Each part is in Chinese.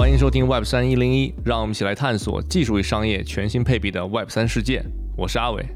欢迎收听 Web 3.101，让我们一起来探索技术与商业全新配比的 Web 3世界。我是阿伟。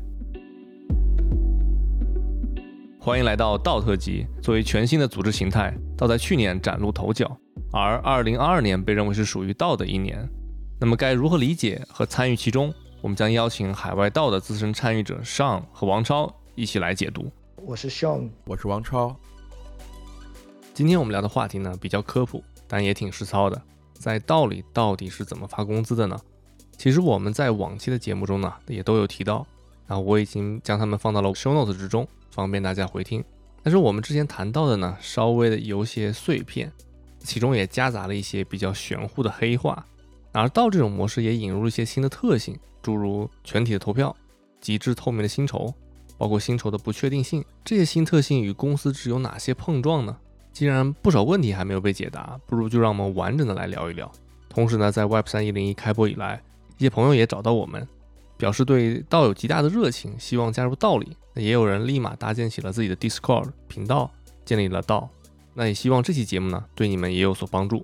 欢迎来到道特辑。作为全新的组织形态，道在去年崭露头角，而2022年被认为是属于道的一年。那么该如何理解和参与其中？我们将邀请海外道的资深参与者 Sean 和王超一起来解读。 我是 Sean， 我是王超。 今天我们聊的话题呢比较科普，但也挺实操的。在道里到底是怎么发工资的呢？其实我们在往期的节目中呢也都有提到，我已经将它们放到了 show notes 之中，方便大家回听。但是我们之前谈到的呢稍微的有些碎片，其中也夹杂了一些比较玄乎的黑话。而道这种模式也引入了一些新的特性，诸如全体的投票、极致透明的薪酬，包括薪酬的不确定性。这些新特性与公司制有哪些碰撞呢？既然不少问题还没有被解答，不如就让我们完整的来聊一聊。同时呢，在 Web 3.101 开播以来，一些朋友也找到我们，表示对道有极大的热情，希望加入道里。也有人立马搭建起了自己的 Discord 频道，建立了道。那也希望这期节目呢对你们也有所帮助。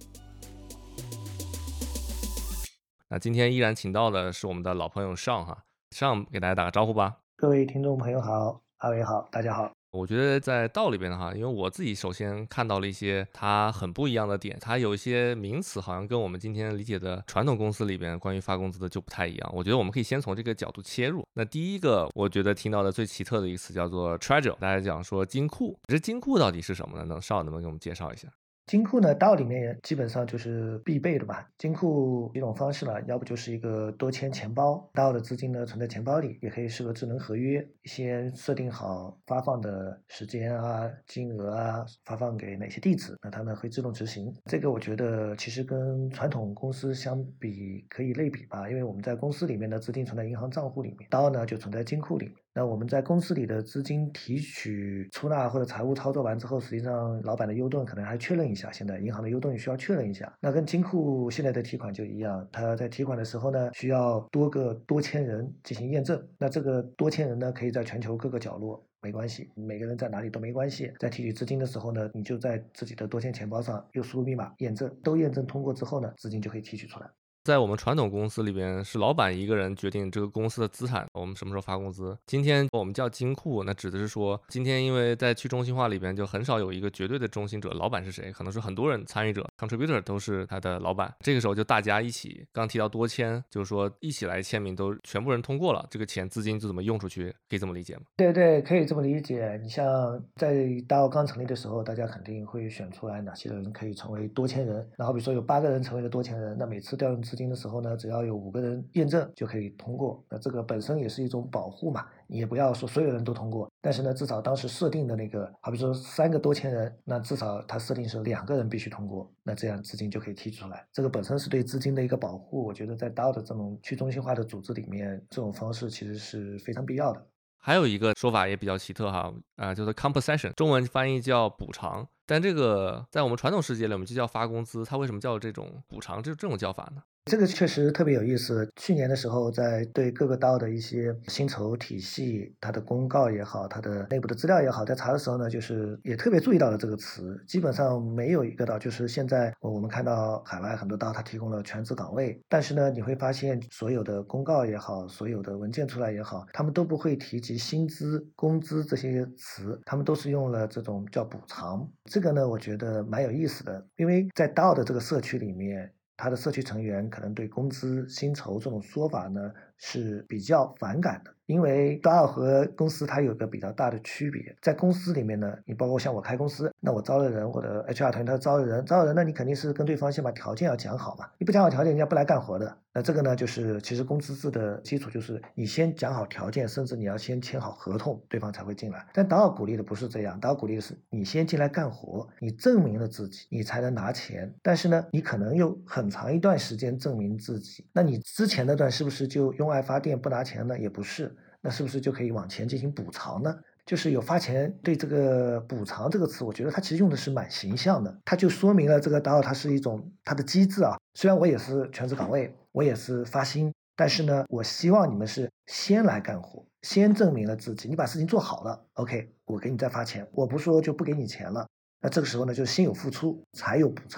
那今天依然请到的是我们的老朋友Sean给大家打个招呼吧。 各位听众朋友好，阿伟好，大家好。 我觉得在道里边因为我自己首先看到了一些它很不一样的点，它有一些名词好像跟我们今天理解的传统公司里边关于发工资的就不太一样。我觉得我们可以先从这个角度切入。那第一个我觉得听到的最奇特的一个词叫做 treasure， 大家讲说金库。这金库到底是什么呢？Sean能不能给我们介绍一下？ 金库呢，道里面基本上就是必备的吧。金库几种方式呢，要不就是一个多签钱包，道的资金呢存在钱包里，也可以是个智能合约，先设定好发放的时间啊、金额啊，发放给哪些地址，那它呢会自动执行。这个我觉得其实跟传统公司相比可以类比吧，因为我们在公司里面的资金存在银行账户里面，道呢就存在金库里。那我们在公司里的资金提取、出纳或者财务操作完之后，实际上老板的 U 盾可能还确认一下，现在银行的 U 盾需要确认一下。那跟金库现在的提款就一样，他在提款的时候呢，需要多签人进行验证。那这个多签人呢，可以在全球各个角落，没关系，每个人在哪里都没关系。在提取资金的时候呢，你就在自己的多签钱包上又输入密码验证，都验证通过之后呢，资金就可以提取出来。 在我们传统公司里边，是老板一个人决定这个公司的资产，我们什么时候发工资。今天我们叫金库，那指的是说，今天因为在去中心化里边就很少有一个绝对的中心者，老板是谁，可能是很多人参与者 contributor 都是他的老板。这个时候就大家一起，刚提到多签，就是说一起来签名，都全部人通过了，这个钱资金就怎么用出去，可以这么理解吗？ 对，可以这么理解。你像在道刚成立的时候，大家肯定会选出来哪些人可以成为多签人，然后比如说有8个人成为了多签人，那每次调用资金的时候呢，只要有5个人验证就可以通过。那这个本身也是一种保护嘛，你也不要说所有人都通过，但是呢，至少当时设定的那个，好比说3个多签人，那至少他设定是2个人必须通过，那这样资金就可以提取出来。这个本身是对资金的一个保护，我觉得在道的这种去中心化的组织里面，这种方式其实是非常必要的。 还有一个说法也比较奇特就是 compensation， 中文翻译叫补偿，但这个在我们传统世界里我们就叫发工资，它为什么叫这种补偿这种叫法呢？ 这个确实特别有意思。去年的时候，在对各个道的一些薪酬体系，它的公告也好，它的内部的资料也好，在查的时候呢，就是也特别注意到了这个词。基本上没有一个道，就是现在我们看到海外很多道，它提供了全职岗位，但是呢，你会发现所有的公告也好，所有的文件出来也好，他们都不会提及薪资、工资这些词，他们都是用了这种叫补偿。这个呢，我觉得蛮有意思的，因为在道的这个社区里面，他的社区成员可能对工资、薪酬这种说法呢是比较反感的，因为道和公司它有个比较大的区别。在公司里面呢，你包括像我开公司，那我招了人或者 HR 团队招了人，那你肯定是跟对方先把条件要讲好嘛，你不讲好条件，人家不来干活的。那这个呢，就是其实工资制的基础就是你先讲好条件，甚至你要先签好合同，对方才会进来。但达尔鼓励的不是这样，达尔鼓励的是你先进来干活，你证明了自己，你才能拿钱。但是呢，你可能有很长一段时间证明自己，那你之前那段是不是就用爱发电不拿钱呢？也不是，那是不是就可以往前进行补偿呢？就是有发钱。对这个补偿这个词，我觉得它其实用的是蛮形象的，它就说明了这个达尔它是一种它的机制啊。虽然我也是全职岗位，我也是发薪，但是呢，我希望你们是先来干活，先证明了自己，你把事情做好了 ，OK， 我给你再发钱，我不说就不给你钱了。那这个时候呢，就是先有付出才有补偿。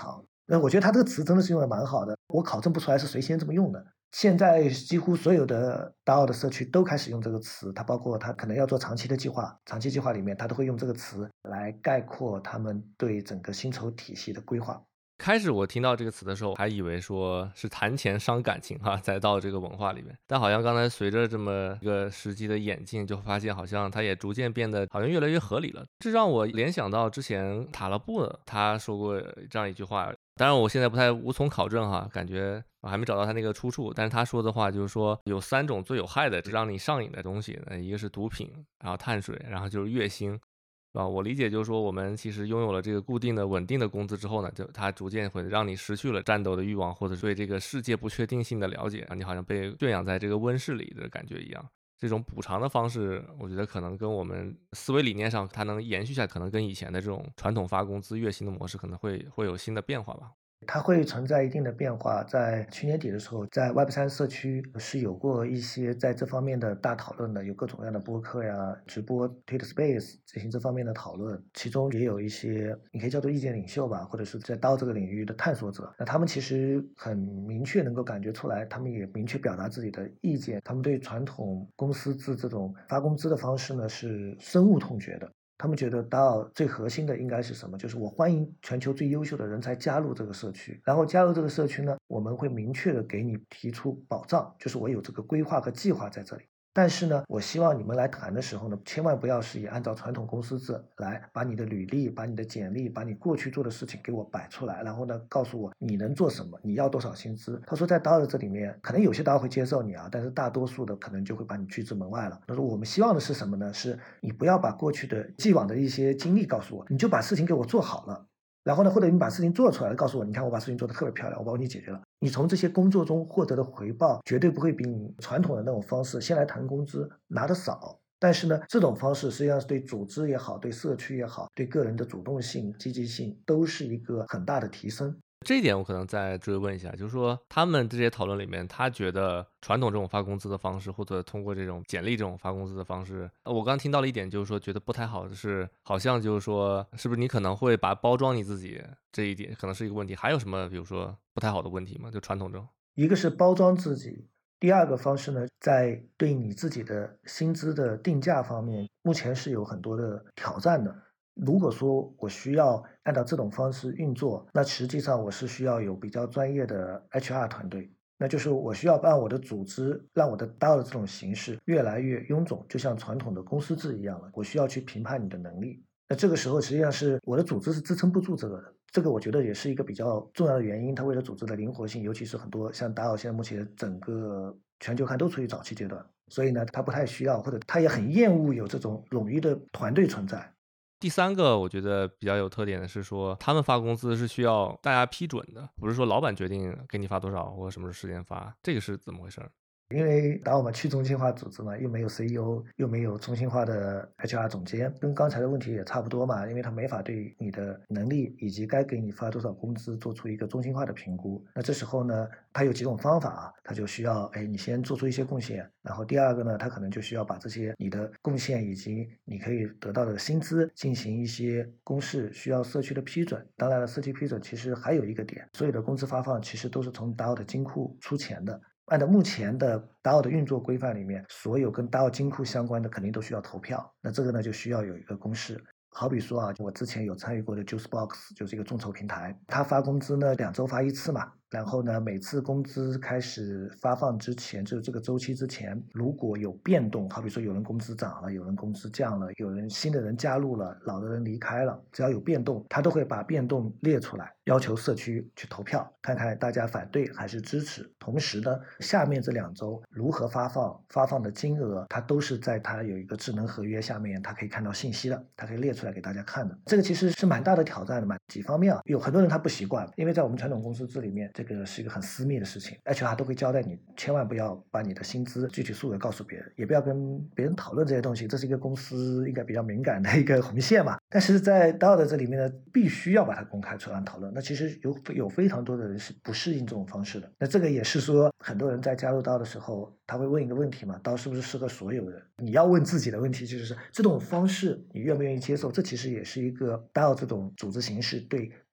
我觉得他这个词真的是用的蛮好的，我考证不出来是谁先这么用的。现在几乎所有的DAO的社区都开始用这个词，它包括它可能要做长期的计划，长期计划里面它都会用这个词来概括他们对整个薪酬体系的规划。 开始我听到这个词的时候，还以为说是谈钱伤感情哈，在到这个文化里面。但好像刚才随着这么一个时机的演进，就发现好像它也逐渐变得好像越来越合理了。这让我联想到之前塔勒布他说过这样一句话，当然我现在不太无从考证哈，感觉我还没找到他那个出处。但是他说的话就是说，有3种最有害的让你上瘾的东西，一个是毒品，然后碳水，然后就是月薪。我理解就是说，我们其实拥有了这个固定的、稳定的工资之后呢，就它逐渐会让你失去了战斗的欲望，或者是对这个世界不确定性的了解，你好像被圈养在这个温室里的感觉一样。这种补偿的方式，我觉得可能跟我们思维理念上，它能延续下来，可能跟以前的这种传统发工资月薪的模式，可能会有新的变化吧。 它会存在一定的变化。在去年底的时候，在 Web3 社区是有过一些在这方面的大讨论的，有各种各样的播客呀、直播、Twitter Space 进行这方面的讨论。其中也有一些你可以叫做意见领袖吧，或者是在DAO这个领域的探索者。那他们其实很明确能够感觉出来，他们也明确表达自己的意见。他们对传统公司制这种发工资的方式呢是深恶痛绝的。他们觉得 DAO 最核心的应该是什么？就是我欢迎全球最优秀的人才加入这个社区，然后加入这个社区呢，我们会明确的给你提出保障，就是我有这个规划和计划在这里。但是呢，我希望你们来谈的时候呢，千万不要是以按照传统公司制来把你的履历、把你的简历、把你过去做的事情给我摆出来，然后呢，告诉我你能做什么，你要多少薪资。他说在 DAO 的这里面，可能有些 DAO 会接受你啊，但是大多数的可能就会把你拒之门外了。他说我们希望的是什么呢？是你不要把过去的既往的一些经历告诉我，你就把事情给我做好了。然后呢，或者你把事情做出来，告诉我，你看我把事情做得特别漂亮，我帮你解决了。你从这些工作中获得的回报，绝对不会比你传统的那种方式先来谈工资拿得少。但是呢，这种方式实际上是对组织也好，对社区也好，对个人的主动性、积极性，都是一个很大的提升。 这一点我可能再追问一下，就是说他们这些讨论里面，他觉得传统这种发工资的方式，或者通过这种简历这种发工资的方式，我刚听到了一点，就是说觉得不太好的是，好像就是说，是不是你可能会包装你自己，这一点可能是一个问题。还有什么，比如说不太好的问题吗？就传统这种。 一个是包装自己，第二个方式呢，在对你自己的薪资的定价方面，目前是有很多的挑战的。如果说我需要按照这种方式运作，那实际上我是需要有比较专业的 HR 团队，那就是我需要让我的组织，让我的 DAO 的这种形式越来越臃肿，就像传统的公司制一样了。我需要去评判你的能力。那这个时候实际上是我的组织是支撑不住这个的，这个我觉得也是一个比较重要的原因。它为了组织的灵活性，尤其是很多像DAO现在目前整个全球看都处于早期阶段，所以呢，它不太需要，或者它也很厌恶有这种冗余的团队存在。 第三个我觉得比较有特点的是说，他们发工资是需要大家批准的，不是说老板决定给你发多少或者什么时间发，这个是怎么回事？ 因为打我们去中心化组织嘛，又没有 CEO，又没有中心化的 HR 总监，跟刚才的问题也差不多嘛。因为他没法对你的能力以及该给你发多少工资做出一个中心化的评估。那这时候呢，他有几种方法啊，他就需要，你先做出一些贡献，然后第二个呢，他可能就需要把这些你的贡献以及你可以得到的薪资进行一些公示，需要社区的批准。当然了，社区批准其实还有一个点，所有的工资发放其实都是从 DAO 的金库出钱的。按照目前的 DAO 的运作规范里面，所有跟 DAO 金库相关的肯定都需要投票。那这个呢，就需要有一个公示。好比说啊，我之前有参与过的 Juicebox，就是一个众筹平台，它发工资呢2周发一次嘛。然后呢，每次工资开始发放之前，就是这个周期之前，如果有变动，好比说有人工资涨了，有人工资降了，有人新的人加入了，老的人离开了，只要有变动，他都会把变动列出来，要求社区去投票，看看大家反对还是支持。同时呢，下面这2周如何发放，发放的金额，它都是在它有一个智能合约下面，它可以看到信息的，它可以列出来给大家看的。这个其实是蛮大的挑战的嘛，几方面啊，有很多人他不习惯，因为在我们传统公司制里面，这个是一个很私密的事情 ，HR 都会交代你，千万不要把你的薪资具体数额告诉别人，也不要跟别人讨论这些东西，这是一个公司应该比较敏感的一个红线嘛。但是在 DAO 的这里面呢，必须要把它公开出来讨论。那其实有非常多的人是不适应这种方式的。那这个也是说，很多人在加入 DAO 的时候，他会问一个问题嘛，DAO 是不是适合所有人？你要问自己的问题就是这种方式你愿不愿意接受？这其实也是一个 DAO 这种组织形式对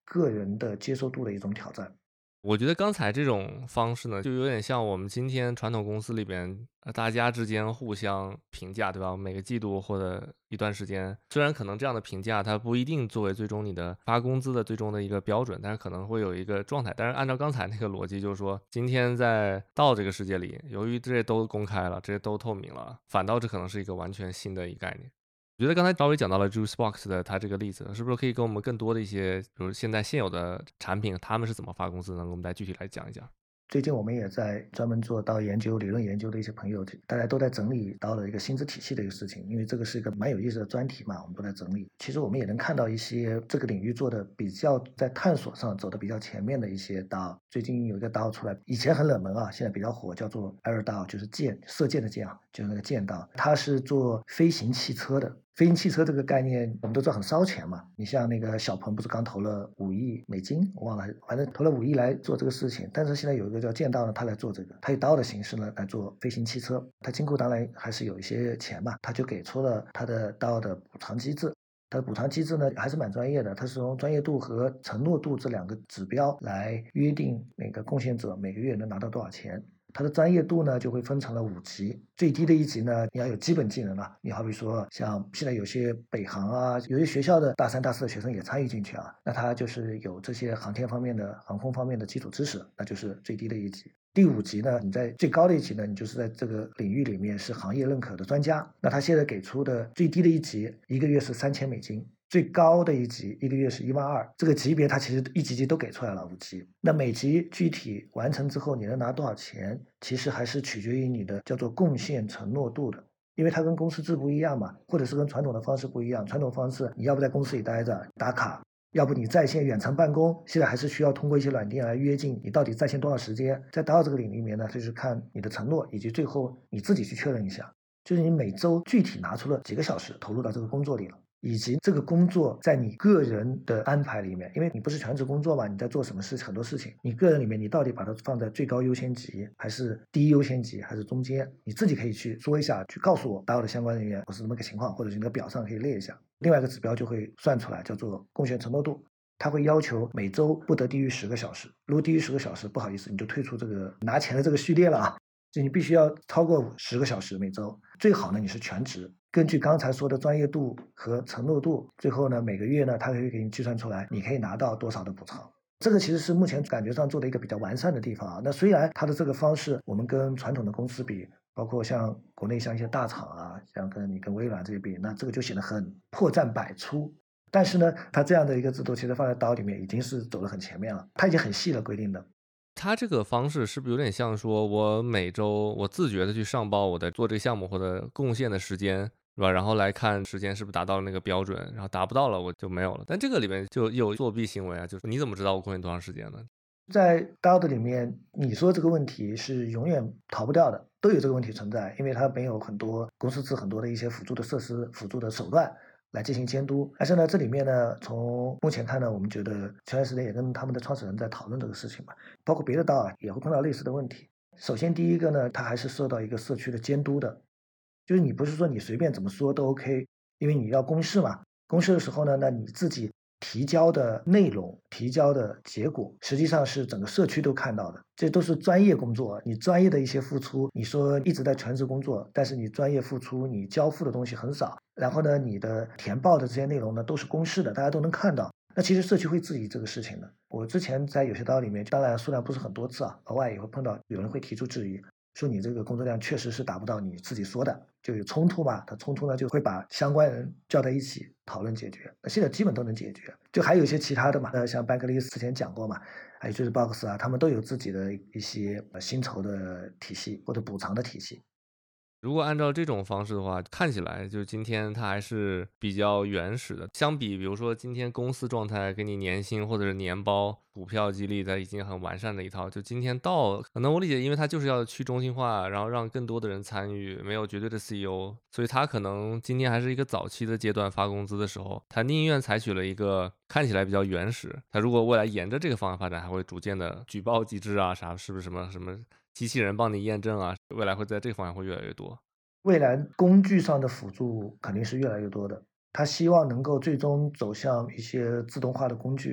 个人的接受度的一种挑战。 我觉得刚才这种方式呢，就有点像我们今天传统公司里边，大家之间互相评价，对吧？每个季度或者一段时间，虽然可能这样的评价它不一定作为最终你的发工资的最终的一个标准，但是可能会有一个状态。但是按照刚才那个逻辑，就是说今天在到这个世界里，由于这些都公开了，这些都透明了，反倒这可能是一个完全新的一个概念。我觉得刚才稍微讲到了 Juicebox 的它这个例子，是不是可以给我们更多的一些，比如现在现有的产品，他们是怎么发工资的，能给我们再具体来讲一讲？ 最近我们也在专门做DAO研究、理论研究的一些朋友，大家都在整理DAO的一个薪资体系的一个事情，因为这个是一个蛮有意思的专题嘛，我们都在整理。其实我们也能看到一些这个领域做的比较在探索上走的比较前面的一些DAO。最近有一个 DAO 出来，以前很冷门啊，现在比较火，叫做 AirDAO，就是射箭的箭啊，就是那个箭道，它是做飞行汽车的。飞行汽车这个概念，我们都知道很烧钱嘛。你像那个小鹏，不是刚投了$5亿，我忘了，反正投了5亿来做这个事情。但是现在有一个叫剑道呢，他来做这个，他以DAO的形式呢来做飞行汽车。他金库当然还是有一些钱嘛，他就给出了他的DAO的补偿机制。它的补偿机制呢还是蛮专业的，它是从专业度和承诺度这两个指标来约定那个贡献者每个月能拿到多少钱。它的专业度呢就会分成了5级，最低的一级呢你要有基本技能了，你好比说像现在有些北航啊，有些学校的大3、大4的学生也参与进去啊，那他就是有这些航天方面的、航空方面的基础知识，那就是最低的一级。第5级呢，你在最高的一级呢，你就是在这个领域里面是行业认可的专家。那他现在给出的最低的一级，一个月是$3000，最高的一级一个月是12000，这个级别它其实一级级都给出来了5级。那每级具体完成之后你能拿多少钱，其实还是取决于你的叫做贡献承诺度的。因为它跟公司制不一样嘛，或者是跟传统的方式不一样。传统方式你要不在公司里待着打卡，要不你在线远程办公，现在还是需要通过一些软件来约进你到底在线多少时间。在DAO这个领域里面呢，就是看你的承诺，以及最后你自己去确认一下，就是你每周具体拿出了几个小时投入到这个工作里了，以及这个工作在你个人的安排里面，因为你不是全职工作嘛，你在做什么事，很多事情，你个人里面你到底把它放在最高优先级，还是低优先级，还是中间，你自己可以去说一下，去告诉我DAO的相关人员我是这么个情况，或者是你的表上可以列一下。另外一个指标就会算出来，叫做贡献承诺度。它会要求每周不得低于10个小时，如果低于10个小时，不好意思，你就退出这个拿钱的这个序列了啊。就你必须要超过10个小时每周，最好呢你是全职。根据刚才说的专业度和承诺度，最后呢每个月呢它可以给你计算出来，你可以拿到多少的补偿。这个其实是目前感觉上做的一个比较完善的地方啊。那虽然它的这个方式，我们跟传统的公司比，包括像国内像一些大厂啊，像跟微软这些比，那这个就显得很破绽百出。但是呢，它这样的一个制度，其实放在DAO里面已经是走得很前面了，它已经很细了规定的。 它这个方式是不是有点像说，我每周我自觉的去上报我的做这个项目或者贡献的时间，是吧？然后来看时间是不是达到了那个标准，然后达不到了我就没有了。但这个里面就有作弊行为啊，就是你怎么知道我贡献多长时间呢？ 在DAO的里面，你说这个问题是永远逃不掉的，都有这个问题存在，因为它没有很多公司制很多的一些辅助的设施、辅助的手段来进行监督。但是呢，这里面呢，从目前看呢，我们觉得前段时间也跟他们的创始人在讨论这个事情嘛，包括别的DAO也会碰到类似的问题。首先第一个呢，它还是受到一个社区的监督的，就是你不是说你随便怎么说都 OK，因为你要公示嘛。公示的时候呢，那你自己提交的内容、提交的结果，实际上是整个社区都看到的。这都是专业工作，你专业的一些付出，你说一直在全职工作，但是你专业付出，你交付的东西很少。然后呢，你的填报的这些内容呢，都是公示的，大家都能看到。那其实社区会质疑这个事情的。我之前在有些DAO里面，当然数量不是很多次啊，偶尔也会碰到有人会提出质疑。说你这个工作量确实是达不到你自己说的，就有冲突嘛，他冲突呢就会把相关人叫在一起讨论解决。那现在基本都能解决，就还有一些其他的嘛，像 Bankless 之前讲过嘛，还有就是 Box 啊，他们都有自己的一些薪酬的体系或者补偿的体系。 如果按照这种方式的话，看起来就是今天它还是比较原始的。相比，比如说今天公司状态给你年薪或者是年包、股票激励，它已经很完善的一套。就今天到，可能我理解，因为它就是要去中心化，然后让更多的人参与，没有绝对的 CEO，所以它可能今天还是一个早期的阶段发工资的时候，它宁愿采取了一个看起来比较原始。它如果未来沿着这个方向发展，还会逐渐的举报机制啊，啥是不是什么机器人帮你验证啊，未来会在这个方向会越来越多。 未来工具上的辅助肯定是越来越多的，他希望能够最终走向一些自动化的工具，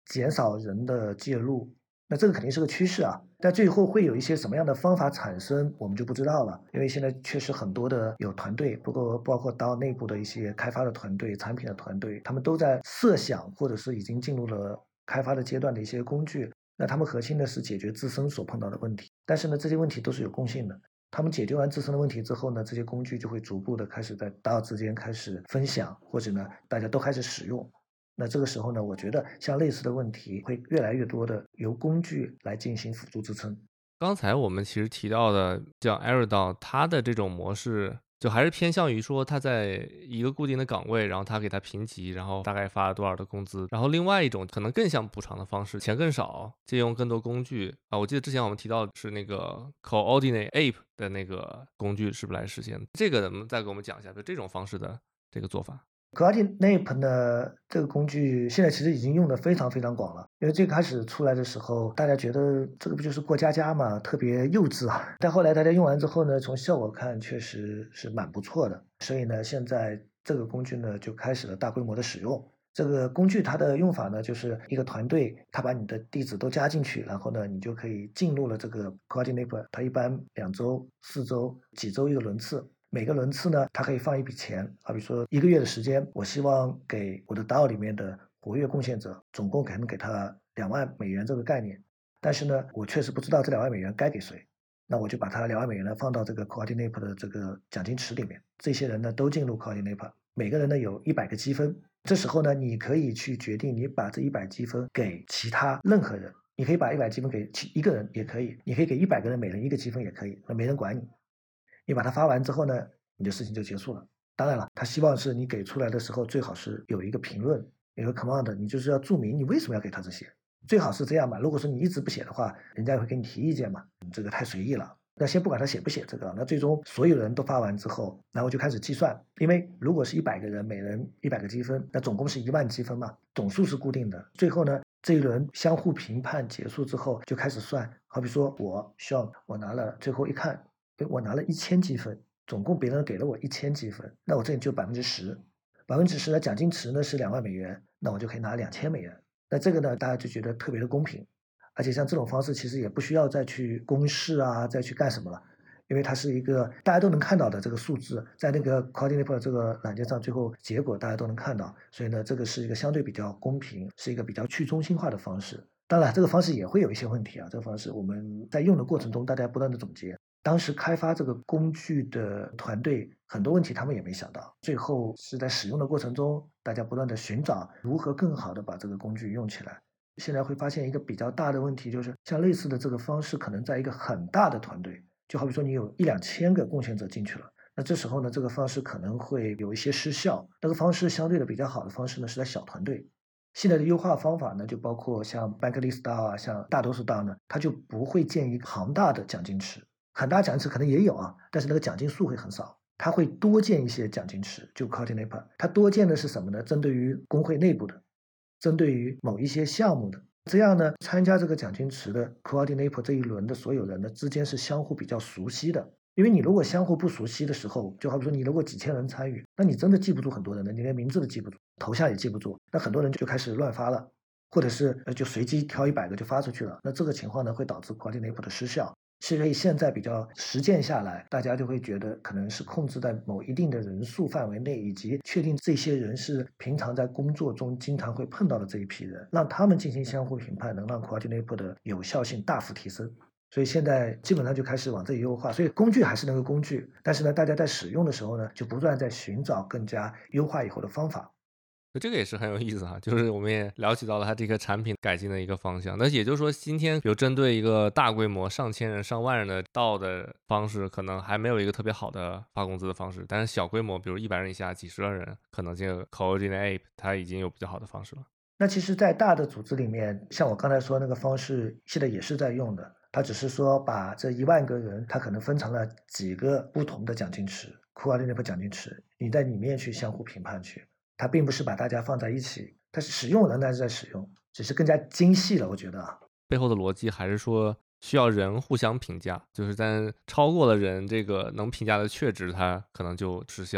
减少人的介入。那这个肯定是个趋势啊，但最后会有一些什么样的方法产生，我们就不知道了。因为现在确实很多的有团队，不过包括到内部的一些开发的团队、产品的团队，他们都在设想或者是已经进入了开发的阶段的一些工具。那他们核心的是解决自身所碰到的问题，但是呢，这些问题都是有共性的。他们解决完自身的问题之后呢，这些工具就会逐步的开始在大家之间开始分享，或者呢，大家都开始使用。那这个时候呢，我觉得像类似的问题会越来越多的由工具来进行辅助支撑。 刚才我们其实提到的像 Aerodot，它的这种模式就还是偏向于说他在一个固定的岗位，然后他给他评级，然后大概发多少的工资。然后另外一种可能更像补偿的方式，钱更少，借用更多工具啊。我记得之前我们提到的是那个 Coordinate Ape 的那个工具是不是来实现的？这个能不能再给我们讲一下，就这种方式的这个做法？ Coordinape 呢，这个工具现在其实已经用的非常非常广了。因为最开始出来的时候，大家觉得这个不就是过家家嘛，特别幼稚啊。但后来大家用完之后呢，从效果看确实是蛮不错的。所以呢，现在这个工具呢就开始了大规模的使用。这个工具它的用法呢，就是一个团队，他把你的地址都加进去，然后呢，你就可以进入了这个 Coordinape。它一般2周、4周、几周一个轮次。每个轮次呢，它可以放一笔钱，好比说1个月的时间，我希望给我的 DAO 里面的活跃贡献者，总共可能给他$20,000这个概念。但是呢，我确实不知道这$20,000该给谁，那我就把它$20,000呢放到这个 Coordinape 的这个奖金池里面。这些人呢都进入 Coordinape，每个人呢有100个积分。这时候呢，你可以去决定你把这100积分给其他任何人，你可以把100积分给一个人也可以，你可以给100个人每人1个积分也可以，那没人管你。你把它发完之后呢，你的事情就结束了。当然了，他希望是你给出来的时候，最好是有一个评论，有个 command，你就是要注明你为什么要给他这些，最好是这样嘛。如果说你一直不写的话，人家也会给你提意见嘛，这个太随意了。那先不管他写不写这个，那最终所有人都发完之后，然后就开始计算，因为如果是100个人，每人100个积分，那总共是1万积分嘛，总数是固定的。最后呢，这一轮相互评判结束之后，就开始算。好比说我 Sean，我拿了，最后一看，我拿了1000积分，总共别人给了我1000积分，那我这里就10%，10%的奖金池呢是$20,000，那我就可以拿$2000。那这个呢，大家就觉得特别的公平。而且像这种方式，其实也不需要再去公示啊，再去干什么了，因为它是一个大家都能看到的这个数字，在那个 Coordinape 这个软件上，最后结果大家都能看到，所以呢，这个是一个相对比较公平，是一个比较去中心化的方式。当然，这个方式也会有一些问题啊，这个方式我们在用的过程中，大家不断的总结。当时开发这个工具的团队很多问题他们也没想到，最后是在使用的过程中，大家不断的寻找如何更好的把这个工具用起来。现在会发现一个比较大的问题，就是像类似的这个方式，可能在一个很大的团队，就好比说你有1-2千个贡献者进去了，那这时候呢，这个方式可能会有一些失效。那个方式相对的比较好的方式呢，是在小团队。现在的优化方法呢，就包括像 Bankless DAO 啊，像大多数 DAO 呢，它就不会建一个庞大的奖金池，很大奖金池可能也有啊，但是那个奖金数会很少。它会多建一些奖金池，就 Coordinape，它多建的是什么呢？针对于工会内部的，针对于某一些项目的。这样呢，参加这个奖金池的 Coordinape 这一轮的所有人呢之间是相互比较熟悉的。因为你如果相互不熟悉的时候，就好比说你如果几千人参与，那你真的记不住很多人的，你连名字都记不住，头像也记不住，那很多人就开始乱发了，或者是就随机挑100个就发出去了。那这个情况呢，会导致 Coordinape 的失效。所以现在比较实践下来，大家就会觉得可能是控制在某一定的人数范围内，以及确定这些人是平常在工作中经常会碰到的这一批人，让他们进行相互评判，能让 Coordinape 的有效性大幅提升。所以现在基本上就开始往这里优化，所以工具还是那个工具，但是呢，大家在使用的时候呢，就不断在寻找更加优化以后的方法。 这个也是很有意思哈，就是我们也了解到了它这个产品改进的一个方向。那也就是说，今天比如针对一个大规模上千人、上万人的道的方式，可能还没有一个特别好的发工资的方式。但是小规模，比如100人以下、几十个人，可能这个 Coordinate Ape 它已经有比较好的方式了。 那其实，在大的组织里面，像我刚才说那个方式，现在也是在用的。它只是说把这1万个人，它可能分成了几个不同的奖金池 （Coordinape 奖金池），你在里面去相互评判去。它并不是把大家放在一起，它是使用仍然是在使用，只是更加精细了，我觉得啊。 背后的逻辑还是说需要人互相评价，就是在超过了人这个能评价的确值，它可能就失效了。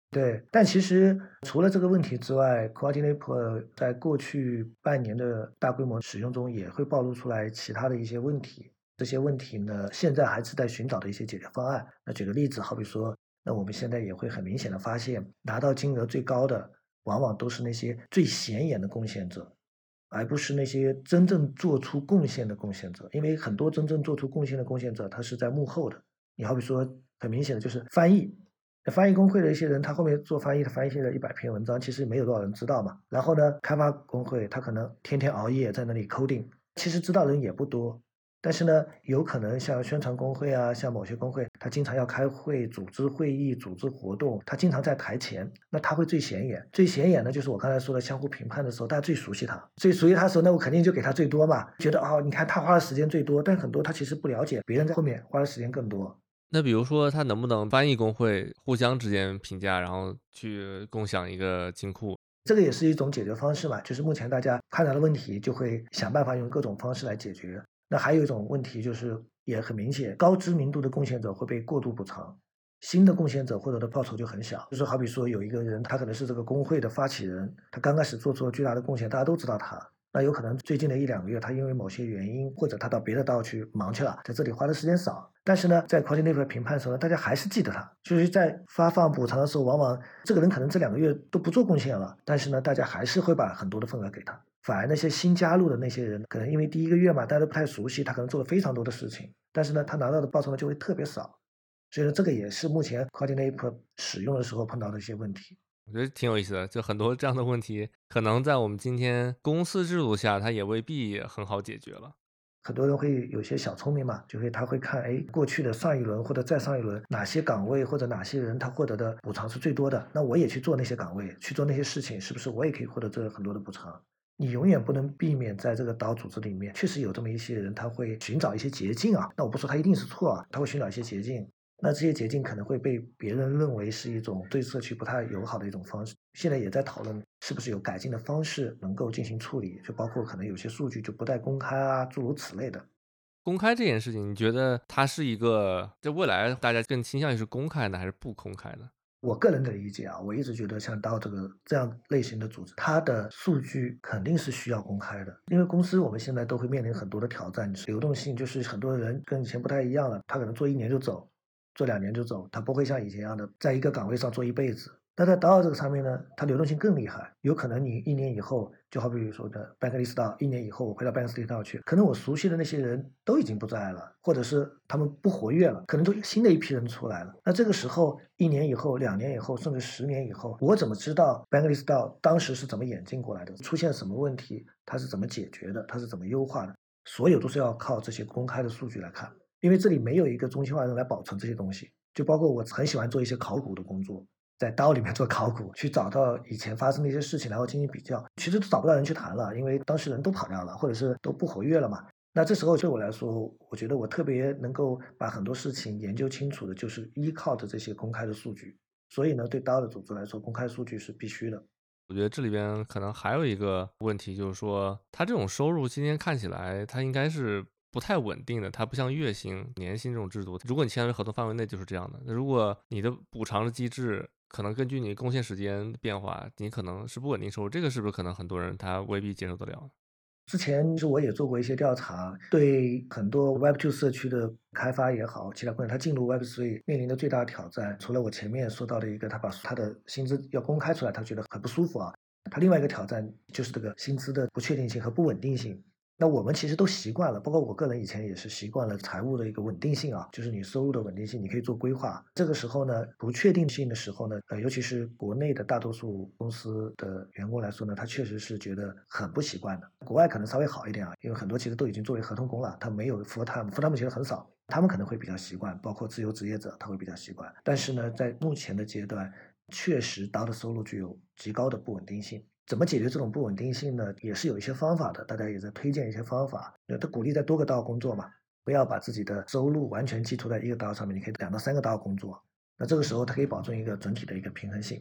对，但其实除了这个问题之外 q u a d r i n a p e 在过去半年的大规模使用中，也会暴露出来其他的一些问题。这些问题呢，现在还是在寻找的一些解决方案。那举个例子，好比说，那我们现在也会很明显的发现，拿到金额最高的，往往都是那些最显眼的贡献者，而不是那些真正做出贡献的贡献者。因为很多真正做出贡献的贡献者，他是在幕后的。你好比说，很明显的就是翻译。翻译工会的一些人，他后面做翻译，他翻译了100篇文章，其实没有多少人知道嘛。然后呢，开发工会他可能天天熬夜在那里 coding，其实知道人也不多。但是呢，有可能像宣传工会啊，像某些工会，他经常要开会、组织会议、组织活动，他经常在台前，那他会最显眼。最显眼的就是我刚才说的相互评判的时候，大家最熟悉他，最熟悉他的时候，那我肯定就给他最多嘛，觉得哦，你看他花的时间最多，但很多他其实不了解，别人在后面花的时间更多。 那比如说他能不能翻译工会互相之间评价，然后去共享一个金库？ 这个也是一种解决方式嘛，就是目前大家看到的问题，就会想办法用各种方式来解决。那还有一种问题就是，也很明显，高知名度的贡献者会被过度补偿，新的贡献者获得的报酬就很小。就是好比说有一个人，他可能是这个工会的发起人，他刚开始做出了巨大的贡献，大家都知道他。那有可能最近的1、2个月，他因为某些原因，或者他到别的道去忙去了，在这里花的时间少。但是呢，在 coordinator 评判的时候呢，大家还是记得他，就是在发放补偿的时候，往往这个人可能这2个月都不做贡献了，但是呢，大家还是会把很多的份额给他。反而那些新加入的那些人，可能因为第一个月嘛，大家都不太熟悉，他可能做了非常多的事情，但是呢，他拿到的报酬呢就会特别少。所以呢，这个也是目前 coordinator 使用的时候碰到的一些问题。 我觉得挺有意思的，就很多这样的问题，可能在我们今天公司制度下，它也未必很好解决了。 很多人会有些小聪明嘛，他会看，哎，过去的上一轮或者再上一轮哪些岗位或者哪些人他获得的补偿是最多的，那我也去做那些岗位，去做那些事情，是不是我也可以获得这很多的补偿？你永远不能避免在这个岛组织里面，确实有这么一些人，他会寻找一些捷径啊。那我不说他一定是错啊，他会寻找一些捷径。那这些捷径可能会被别人认为是一种对社区不太友好的一种方式。现在也在讨论是不是有改进的方式能够进行处理，就包括可能有些数据就不再公开啊，诸如此类的。 公开这件事情，你觉得它是一个就未来大家更倾向于是公开的还是不公开的？ 我个人的理解啊，我一直觉得像到这样类型的组织，它的数据肯定是需要公开的，因为公司我们现在都会面临很多的挑战，流动性就是很多人跟以前不太一样了，他可能做1年就走，做2年就走，他不会像以前一样的在一个岗位上做一辈子。那在达到这个上面呢，它流动性更厉害，有可能你1年以后，就好比说的 Blacklist 1年以后，我回到 Blacklist 去，可能我熟悉的那些人都已经不在了，或者是他们不活跃了，可能都新的一批人出来了。那这个时候1年以后、2年以后，甚至10年以后，我怎么知道 Blacklist 当时是怎么演进过来的，出现什么问题，它是怎么解决的，它是怎么优化的？所有都是要靠这些公开的数据来看，因为这里没有一个中心化人来保存这些东西。就包括我很喜欢做一些考古的工作，在刀里面做考古，去找到以前发生的一些事情，然后进行比较。其实都找不到人去谈了，因为当事人都跑掉了，或者是都不活跃了嘛。那这时候对我来说，我觉得我特别能够把很多事情研究清楚的，就是依靠着这些公开的数据。所以呢，对刀的组织来说，公开数据是必须的。 我觉得这里边可能还有一个问题，就是说它这种收入今天看起来它应该是不太稳定的，它不像月薪、年薪这种制度，如果你签约合同范围内就是这样的。那如果你的补偿的机制可能根据你贡献时间变化，你可能是不稳定收入，这个是不是可能很多人他未必接受得了？ 之前是我也做过一些调查，对很多 Web2 社区的开发也好，其他工人他进入 Web3面临的最大的挑战，除了我前面说到的一个，他把他的薪资要公开出来，他觉得很不舒服啊。他另外一个挑战就是这个薪资的不确定性和不稳定性。那我们其实都习惯了，包括我个人以前也是习惯了财务的一个稳定性啊，就是你收入的稳定性，你可以做规划。这个时候呢，不确定性的时候呢，尤其是国内的大多数公司的员工来说呢，他确实是觉得很不习惯的。国外可能稍微好一点啊，因为很多其实都已经作为合同工了，他没有 full time 其实很少，他们可能会比较习惯，包括自由职业者他会比较习惯。但是呢，在目前的阶段，确实刀的收入具有极高的不稳定性。怎么解决这种不稳定性呢？也是有一些方法的，大家也在推荐一些方法。他鼓励在多个道工作嘛，不要把自己的收入完全寄托在一个道上面，你可以2到3个道工作。那这个时候，它可以保证一个整体的一个平衡性。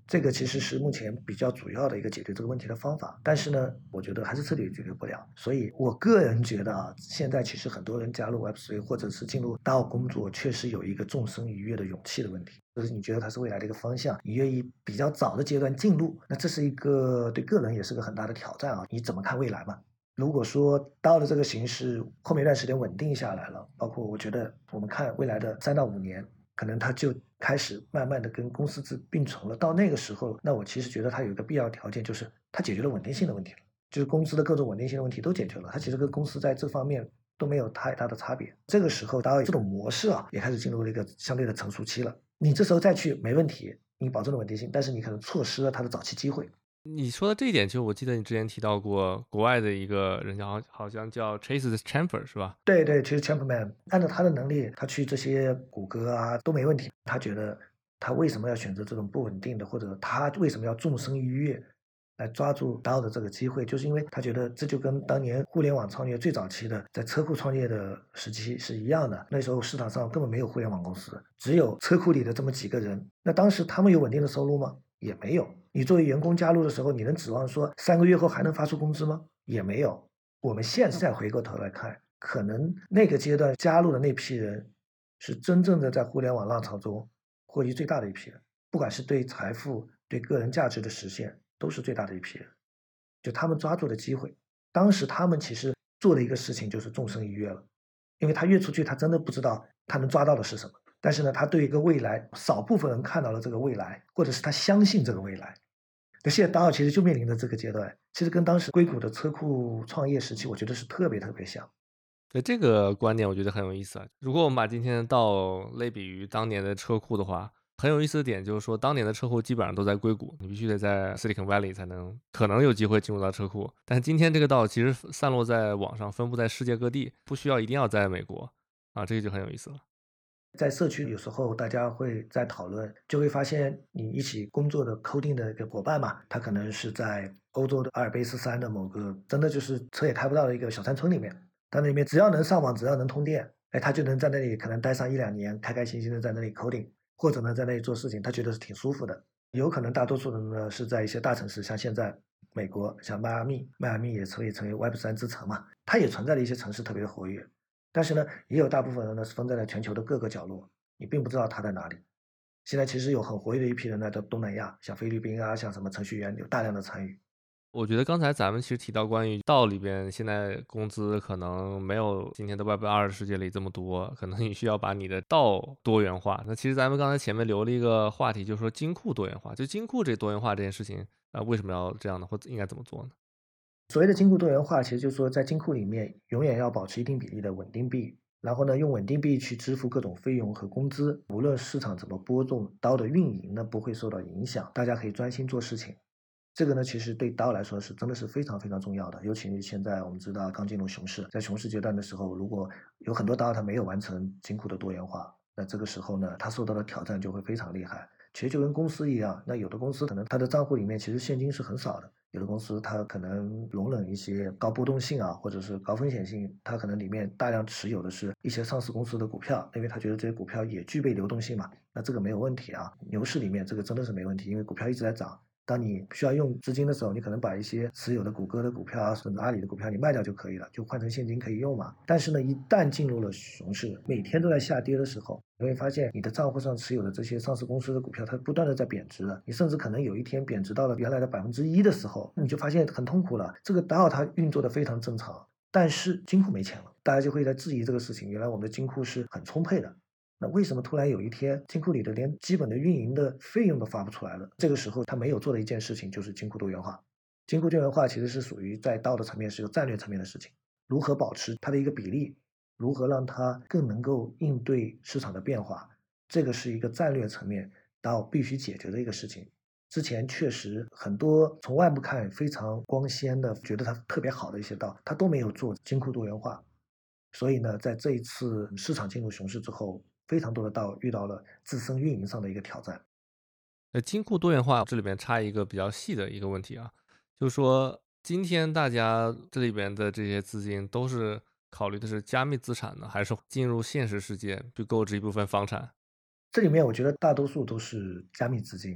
这个其实是目前比较主要的一个解决这个问题的方法，但是呢，我觉得还是彻底解决不了。所以我个人觉得啊，现在其实很多人加入 Web3 或者是进入 DAO 工作，确实有一个纵身一跃的勇气的问题，就是你觉得它是未来的一个方向，你愿意比较早的阶段进入，那这是一个对个人也是个很大的挑战啊。你怎么看未来嘛？如果说 DAO 的这个形式后面一段时间稳定下来了，包括我觉得我们看未来的3到5年。可能它就开始慢慢的跟公司制并存了。到那个时候，那我其实觉得它有一个必要条件，就是它解决了稳定性的问题了，就是公司的各种稳定性的问题都解决了，它其实跟公司在这方面都没有太大的差别。这个时候，当然这种模式啊，也开始进入了一个相对的成熟期了。你这时候再去没问题，你保证了稳定性，但是你可能错失了它的早期机会。 你说的这一点，就我记得你之前提到过，国外的一个人好像叫 Chase Chamber 是吧？ 对对，其实 Champman 按照他的能力，他去这些谷歌啊都没问题。他觉得他为什么要选择这种不稳定的，或者他为什么要纵身一跃来抓住 DAO 的这个机会，就是因为他觉得这就跟当年互联网创业最早期的在车库创业的时期是一样的。那时候市场上根本没有互联网公司，只有车库里的这么几个人。那当时他们有稳定的收入吗？也没有。你作为员工加入的时候，你能指望说3个月后还能发出工资吗？也没有。我们现在回过头来看，可能那个阶段加入的那批人，是真正的在互联网浪潮中获益最大的一批人，不管是对财富、对个人价值的实现，都是最大的一批人。就他们抓住的机会，当时他们其实做的一个事情就是纵身一跃了，因为他跃出去，他真的不知道他能抓到的是什么，但是呢，他对一个未来，少部分人看到了这个未来，或者是他相信这个未来。那现在达尔其实就面临着这个阶段，其实跟当时硅谷的车库创业时期，我觉得是特别特别像。 对，这个观点我觉得很有意思啊。如果我们把今天的道类比于当年的车库的话，很有意思的点就是说，当年的车库基本上都在硅谷，你必须得在 Silicon Valley 才能可能有机会进入到车库。但今天这个道其实散落在网上，分布在世界各地，不需要一定要在美国啊，这个就很有意思了。 在社区有时候大家会在讨论，就会发现你一起工作的 coding 的一个伙伴嘛，他可能是在欧洲的阿尔卑斯山的某个真的就是车也开不到的一个小山村里面，他那里面只要能上网，只要能通电，哎，他就能在那里可能待上1、2年，开开心心的在那里 coding，或者呢在那里做事情，他觉得是挺舒服的。有可能大多数人呢是在一些大城市，像现在美国，像迈阿密，迈阿密也可以成为 Web3之城嘛，它也存在的一些城市特别的活跃。但是呢，也有大部分人呢是分在了全球的各个角落，你并不知道他在哪里。现在其实有很活跃的一批人呢，在东南亚，像菲律宾啊，像什么程序员有大量的参与。 我觉得刚才咱们其实提到关于道里边，现在工资可能没有今天的 Web2的世界里这么多，可能你需要把你的道多元化。那其实咱们刚才前面留了一个话题，就是说金库多元化，就金库这多元化这件事情，为什么要这样呢？或者应该怎么做呢？ 所谓的金库多元化，其实就是说在金库里面永远要保持一定比例的稳定币，然后呢，用稳定币去支付各种费用和工资，无论市场怎么波动，刀的运营呢不会受到影响，大家可以专心做事情。这个呢，其实对刀来说是真的是非常非常重要的，尤其是现在我们知道刚进入熊市，在熊市阶段的时候，如果有很多刀它没有完成金库的多元化，那这个时候呢，它受到的挑战就会非常厉害。其实就跟公司一样，那有的公司可能它的账户里面其实现金是很少的，有的公司它可能容忍一些高波动性啊，或者是高风险性，它可能里面大量持有的是一些上市公司的股票，因为他觉得这些股票也具备流动性嘛，那这个没有问题啊。牛市里面这个真的是没问题，因为股票一直在涨。当你需要用资金的时候，你可能把一些持有的谷歌的股票啊，甚至阿里的股票你卖掉就可以了，就换成现金可以用嘛。但是呢，一旦进入了熊市，每天都在下跌的时候，你会发现你的账户上持有的这些上市公司的股票，它不断的在贬值了。你甚至可能有一天贬值到了原来的1%的时候，你就发现很痛苦了。这个DAO它运作的非常正常，但是金库没钱了，大家就会在质疑这个事情。原来我们的金库是很充沛的。那为什么突然有一天金库里的连基本的运营的费用都发不出来了？这个时候他没有做的一件事情就是金库多元化。金库多元化其实是属于在道的层面是个战略层面的事情，如何保持它的一个比例，如何让它更能够应对市场的变化，这个是一个战略层面道必须解决的一个事情。之前确实很多从外部看非常光鲜的，觉得它特别好的一些道，它都没有做金库多元化。所以呢，在这一次市场进入熊市之后，非常多的道遇到了自身运营上的一个挑战。 金库多元化这里边插一个比较细的一个问题啊，就是说今天大家这里边的这些资金都是考虑的是加密资产呢，还是进入现实世界去购置一部分房产？ 这里面我觉得大多数都是加密资金，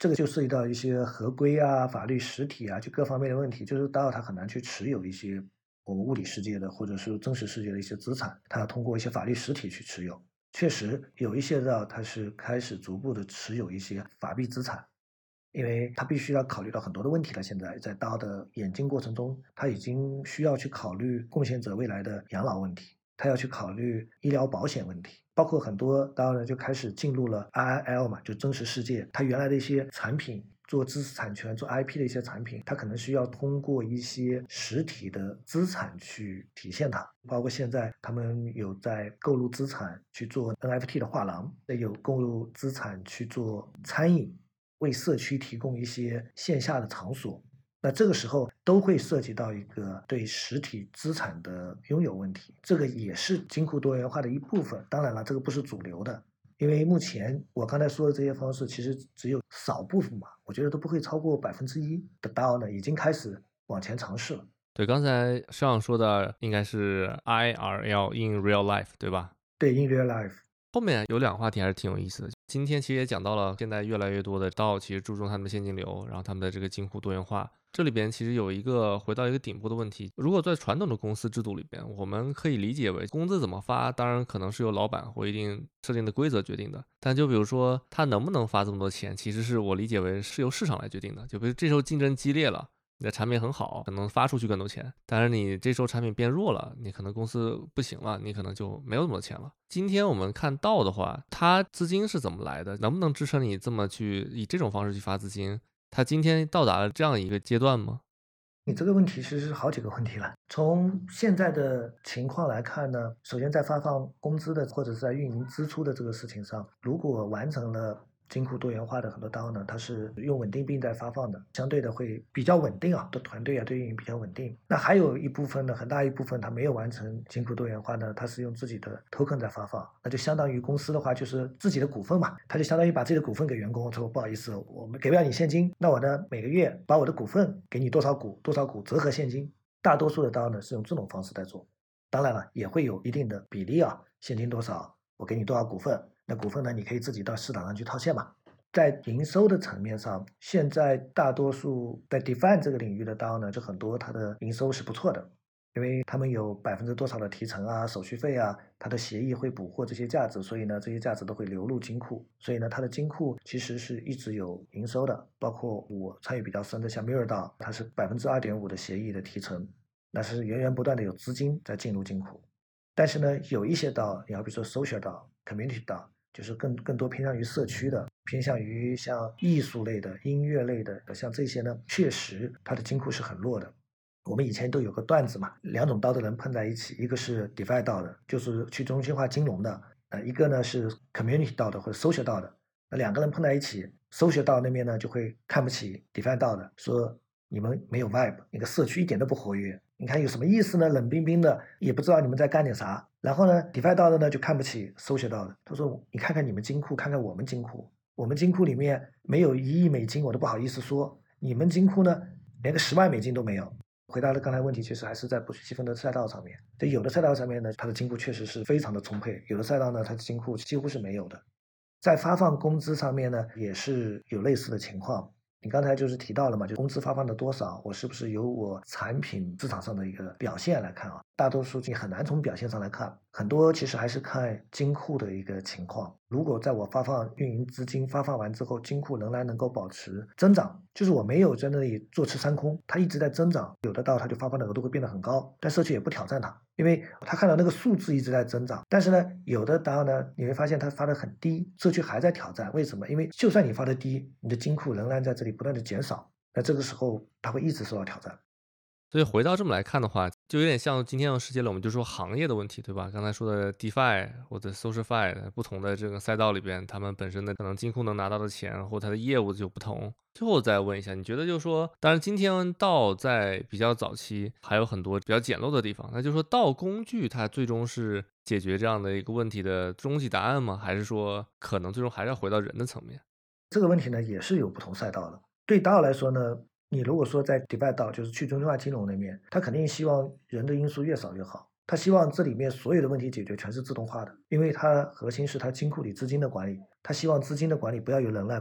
这个就涉及到一些合规啊、法律实体啊，就各方面的问题，就是 DAO 它很难去持有一些我们物理世界的或者是真实世界的一些资产，它要通过一些法律实体去持有。确实有一些 DAO 它是开始逐步的持有一些法币资产，因为它必须要考虑到很多的问题了。现在在 DAO 的演进过程中，它已经需要去考虑贡献者未来的养老问题，它要去考虑医疗保险问题，包括很多 DAO 呢就开始进入了 IIL 嘛，就真实世界，它原来的一些产品。做知识产权、做 IP 的一些产品，它可能需要通过一些实体的资产去体现它。包括现在他们有在购入资产去做 NFT 的画廊，也有购入资产去做餐饮，为社区提供一些线下的场所。那这个时候都会涉及到一个对实体资产的拥有问题，这个也是金库多元化的一部分。当然了，这个不是主流的。因为目前我刚才说的这些方式，其实只有少部分吧，我觉得都不会超过1%的 DAO 呢，已经开始往前尝试了。 对，刚才上说的应该是 IRL in real life，对吧？ 对，in real life。 后面有两个话题还是挺有意思的。今天其实也讲到了，现在越来越多的 DAO 其实注重他们的现金流，然后他们的这个金库多元化。这里边其实有一个回到一个顶部的问题，如果在传统的公司制度里边，我们可以理解为工资怎么发，当然可能是由老板或一定设定的规则决定的。但就比如说他能不能发这么多钱，其实是我理解为是由市场来决定的。就比如这时候竞争激烈了。你的产品很好，可能发出去更多钱，但是你这时候产品变弱了，你可能公司不行了，你可能就没有那么多钱了。今天我们看到的话，它资金是怎么来的？能不能支撑你这么去以这种方式去发资金？它今天到达了这样一个阶段吗？ 你这个问题其实是好几个问题了。从现在的情况来看呢，首先在发放工资的或者是在运营支出的这个事情上，如果完成了金库多元化的很多 DAO 呢，它是用稳定币在发放的，相对的会比较稳定啊，的团队啊对运营比较稳定。那还有一部分呢，很大一部分它没有完成金库多元化呢，它是用自己的 token 在发放，那就相当于公司的话就是自己的股份嘛，它就相当于把自己的股份给员工，说不好意思，我们给不了你现金，那我呢每个月把我的股份给你多少股多少股折合现金。大多数的 DAO 呢是用这种方式在做，当然了也会有一定的比例啊，现金多少我给你多少股份。那股份呢，你可以自己到市场上去套现嘛。在营收的层面上，现在大多数在 DeFi 这个领域的 DAO 呢，就很多它的营收是不错的，因为他们有多少的提成啊、手续费啊，它的协议会捕获这些价值，所以呢，这些价值都会流入金库，所以呢，它的金库其实是一直有营收的。包括我参与比较深的，像 Mirror DAO，它是2.5%的协议的提成，那是源源不断的有资金在进入金库。但是呢，有一些 DAO，你要比如说 Social DAO、Community DAO，就是更多偏向于社区的，偏向于像艺术类的、音乐类的，像这些呢，确实它的金库是很弱的。我们以前都有个段子嘛，两种道的人碰在一起，一个是 DeFi 道的，就是去中心化金融的，一个呢是 Community 道的或者 Social 道的。那两个人碰在一起，Social 道那边呢就会看不起 DeFi 道的，说你们没有 vibe，那个社区一点都不活跃，你看有什么意思呢？冷冰冰的，也不知道你们在干点啥。然后呢，DeFi 道的呢就看不起 Social 道的，他说你看看你们金库，看看我们金库，我们金库里面没有1亿美金，我都不好意思说，你们金库呢连个10万美金都没有。回答了刚才问题，其实还是在不细分的赛道上面。在有的赛道上面呢，它的金库确实是非常的充沛；有的赛道呢，它的金库几乎是没有的。在发放工资上面呢，也是有类似的情况。你刚才就是提到了嘛，就工资发放的多少，我是不是由我产品市场上的一个表现来看啊？大多数你很难从表现上来看，很多其实还是看金库的一个情况。如果在我发放运营资金发放完之后，金库仍然能够保持增长，就是我没有在那里坐吃山空，它一直在增长，有的到它就发放的额度会变得很高，但社区也不挑战它，因为他看到那个数字一直在增长。但是呢，有的DAO呢，你会发现它发的很低，社区还在挑战。为什么？因为就算你发的低，你的金库仍然在这里不断的减少，那这个时候它会一直受到挑战。 所以回到这么来看的话，就有点像今天的世界了，我们就说行业的问题，对吧？刚才说的 DeFi 或者 SocialFi 不同的这个赛道里边，他们本身的可能金库能拿到的钱或它的业务就不同。最后再问一下，你觉得就是说，当然今天道在比较早期还有很多比较简陋的地方，那就是说道工具它最终是解决这样的一个问题的终极答案吗？还是说可能最终还是要回到人的层面？ 这个问题呢，也是有不同赛道的。对 DAO 来说呢，你如果说在 DeFi 道，就是去中心化金融那面，他肯定希望人的因素越少越好。他希望这里面所有的问题解决全是自动化的，因为它核心是它金库里资金的管理，他希望资金的管理不要由人来管理。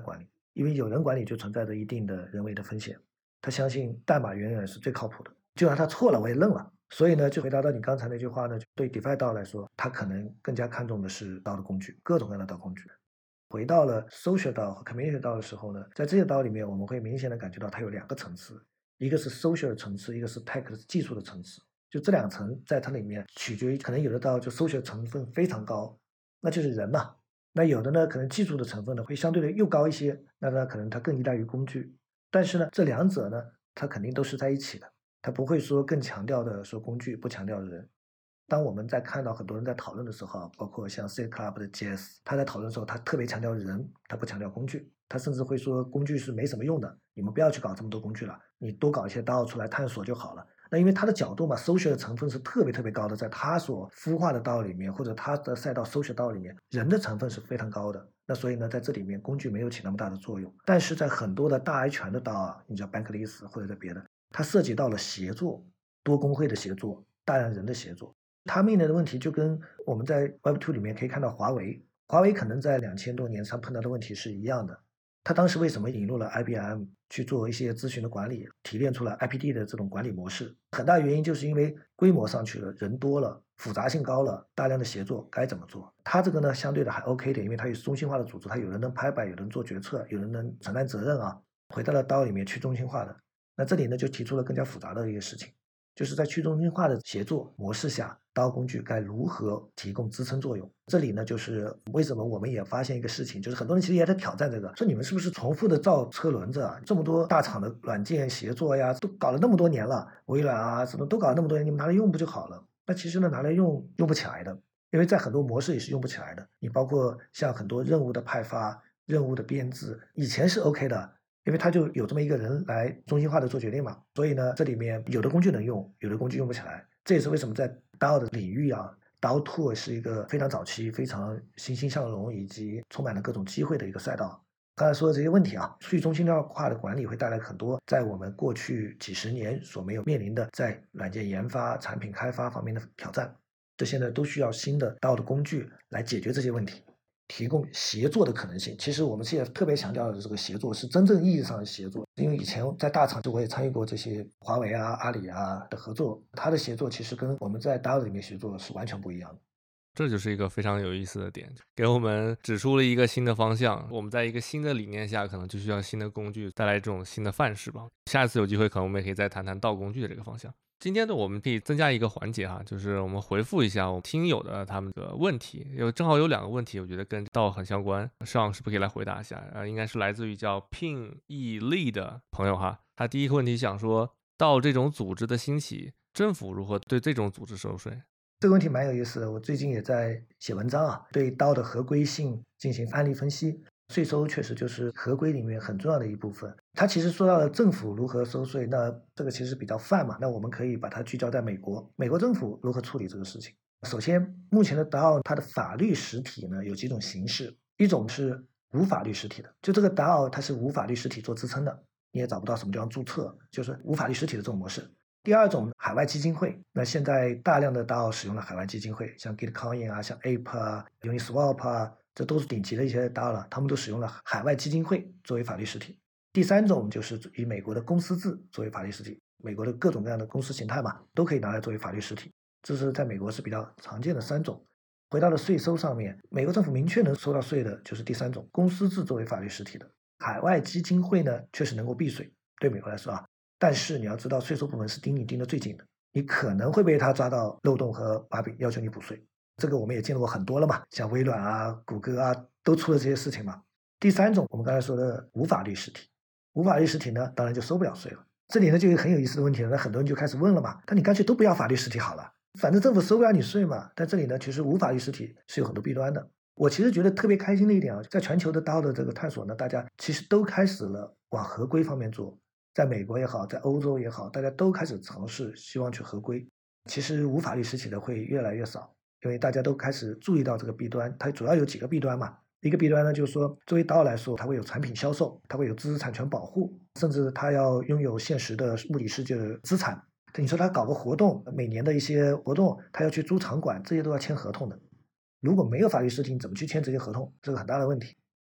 因为有人管理就存在着一定的人为的风险。他相信代码永远是最靠谱的，就算他错了我也认了。所以呢，就回答到你刚才那句话呢，对 DeFi 道来说，他可能更加看重的是道的工具，各种各样的道工具。回到了 social 道和 community 道的时候呢，在这些道里面，我们会明显的感觉到它有两个层次，一个是 social 的层次，一个是 tech 的技术的层次。就这两层在它里面取决于，可能有的道就 social 成分非常高，那就是人嘛。那有的呢，可能技术的成分呢会相对的又高一些，那呢可能它更依赖于工具。但是呢，这两者呢，它肯定都是在一起的，它不会说更强调的说工具，不强调人。当我们在看到很多人在讨论的时候，包括像 C Club 的 JS， 他在讨论的时候，他特别强调人，他不强调工具。他甚至会说工具是没什么用的，你们不要去搞这么多工具了，你多搞一些 DAO 出来探索就好了。那因为他的角度嘛，social 的成分是特别特别高的，在他所孵化的道里面，或者他的赛道 social 道里面，人的成分是非常高的。那所以呢，在这里面工具没有起那么大的作用。但是在很多的大 I 权的道啊，你叫 Bankless 或者在别的，它涉及到了协作、多工会的协作、大量人的协作。他面临的问题就跟我们在 Web2 里面可以看到华为可能在2000多年上碰到的问题是一样的。他当时为什么引入了 IBM 去做一些咨询的管理，提炼出了 IPD 的这种管理模式？很大原因就是因为规模上去了，人多了，复杂性高了，大量的协作该怎么做？他这个呢相对的还 OK 点，因为他有中心化的组织，他有人能拍板，有人做决策，有人能承担责任啊。回到了DAO里面去中心化的，那这里呢就提出了更加复杂的一个事情。就是在去中心化的协作模式下，DAO工具该如何提供支撑作用？这里呢，就是为什么我们也发现一个事情，就是很多人其实也在挑战这个，说你们是不是重复的造车轮子啊？这么多大厂的软件协作呀，都搞了那么多年了，微软啊什么都搞了那么多年，你们拿来用不就好了？那其实呢，拿来用不起来的，因为在很多模式也是用不起来的。你包括像很多任务的派发、任务的编制，以前是 OK 的。因为他就有这么一个人来中心化的做决定嘛，所以呢，这里面有的工具能用，有的工具用不起来。这也是为什么在 DAO 的领域啊，DAO Tool 是一个非常早期、非常欣欣向荣以及充满了各种机会的一个赛道。刚才说的这些问题啊，去中心化的管理会带来很多在我们过去几十年所没有面临的在软件研发、产品开发方面的挑战，这些呢都需要新的 DAO 的工具来解决这些问题。提供协作的可能性，其实我们现在特别强调的这个协作是真正意义上的协作，因为以前在大厂我也参与过这些华为啊、阿里啊的合作，它的协作其实跟我们在 DAO 里面协作是完全不一样的。 这就是一个非常有意思的点，给我们指出了一个新的方向。我们在一个新的理念下，可能就需要新的工具带来这种新的范式吧。下一次有机会，可能我们也可以再谈谈道工具的这个方向。今天呢，我们可以增加一个环节哈，就是我们回复一下我们听友的他们的问题，正好有2个问题，我觉得跟道很相关，上是不是可以来回答一下？应该是来自于叫 Ping Yi Li 的朋友哈，他第一个问题想说，道这种组织的兴起，政府如何对这种组织收税？ 这个问题蛮有意思的，我最近也在写文章啊，对DAO的合规性进行案例分析。税收确实就是合规里面很重要的一部分。它其实说到了政府如何收税，那这个其实比较泛嘛。那我们可以把它聚焦在美国，美国政府如何处理这个事情。首先，目前的DAO它的法律实体呢有几种形式，一种是无法律实体的，就这个 DAO 它是无法律实体做支撑的，你也找不到什么地方注册，就是无法律实体的这种模式。第二种海外基金会，那现在大量的DAO使用了海外基金会，像 Gitcoin 啊，像 Ape 啊，Uniswap 啊，这都是顶级的一些DAO了，他们都使用了海外基金会作为法律实体。第三种就是以美国的公司制作为法律实体，美国的各种各样的公司形态嘛，都可以拿来作为法律实体，这是在美国是比较常见的3种。回到了税收上面，美国政府明确能收到税的就是第3种，公司制作为法律实体的。海外基金会呢，确实能够避税，对美国来说啊。但是你要知道，税收部门是盯你盯得最紧的，你可能会被他抓到漏洞和把柄，要求你补税。这个我们也见过很多了嘛，像微软啊、谷歌啊，都出了这些事情嘛。第3种，我们刚才说的无法律实体，无法律实体呢，当然就收不了税了。这里呢就有很有意思的问题了，那很多人就开始问了嘛，那你干脆都不要法律实体好了，反正政府收不了你税嘛。但这里呢，其实无法律实体是有很多弊端的。我其实觉得特别开心的一点啊，在全球的DAO的这个探索呢，大家其实都开始了往合规方面做。在美国也好，在欧洲也好，大家都开始尝试希望去合规。其实无法律实体的会越来越少，因为大家都开始注意到这个弊端。它主要有几个弊端嘛。一个弊端呢，就是说作为DAO来说，它会有产品销售，它会有知识产权保护，甚至它要拥有现实的物理世界的资产。你说它搞个活动，每年的一些活动，它要去租场馆，这些都要签合同的。如果没有法律实体，你怎么去签这些合同？这是个很大的问题。